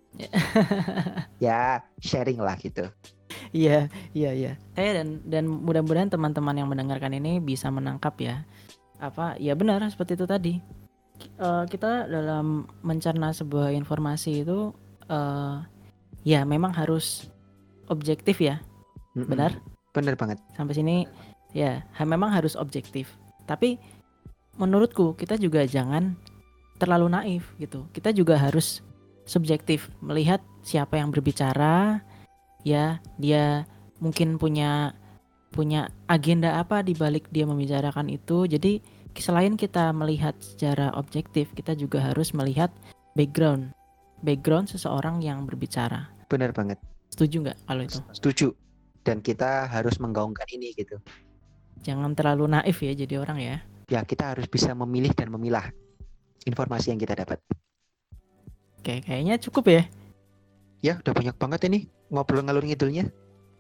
Ya sharing lah gitu. Iya, iya, iya. Saya dan dan mudah-mudahan teman-teman yang mendengarkan ini bisa menangkap ya. Apa? Ya benar seperti itu tadi. Uh, kita dalam mencerna sebuah informasi itu uh, ya memang harus objektif ya. Mm-mm. Benar? Benar banget. Sampai sini ya memang harus objektif. Tapi menurutku kita juga jangan terlalu naif gitu. Kita juga harus subjektif, melihat siapa yang berbicara, ya dia mungkin punya punya agenda apa di balik dia membicarakan itu. Jadi selain kita melihat secara objektif, kita juga harus melihat background background seseorang yang berbicara. Benar banget. Setuju nggak kalau itu? Setuju. Dan kita harus menggaungkan ini gitu. Jangan terlalu naif ya jadi orang ya. Ya kita harus bisa memilih dan memilah informasi yang kita dapat. Oke, kayaknya cukup ya. Ya, udah banyak banget ini ngobrol ngalur ngidulnya.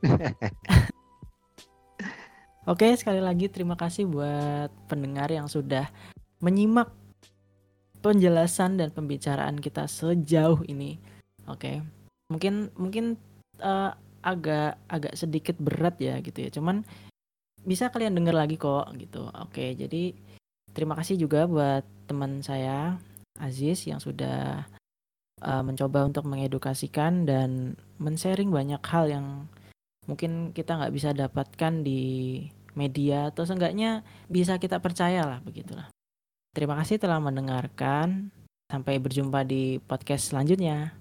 Oke, sekali lagi terima kasih buat pendengar yang sudah menyimak penjelasan dan pembicaraan kita sejauh ini. Oke. Mungkin mungkin uh, agak agak sedikit berat ya gitu ya. Cuman bisa kalian dengar lagi kok gitu. Oke, jadi terima kasih juga buat teman saya Aziz yang sudah uh, mencoba untuk mengedukasikan dan men-sharing banyak hal yang mungkin kita nggak bisa dapatkan di media atau seenggaknya bisa kita percaya lah begitulah. Terima kasih telah mendengarkan. Sampai berjumpa di podcast selanjutnya.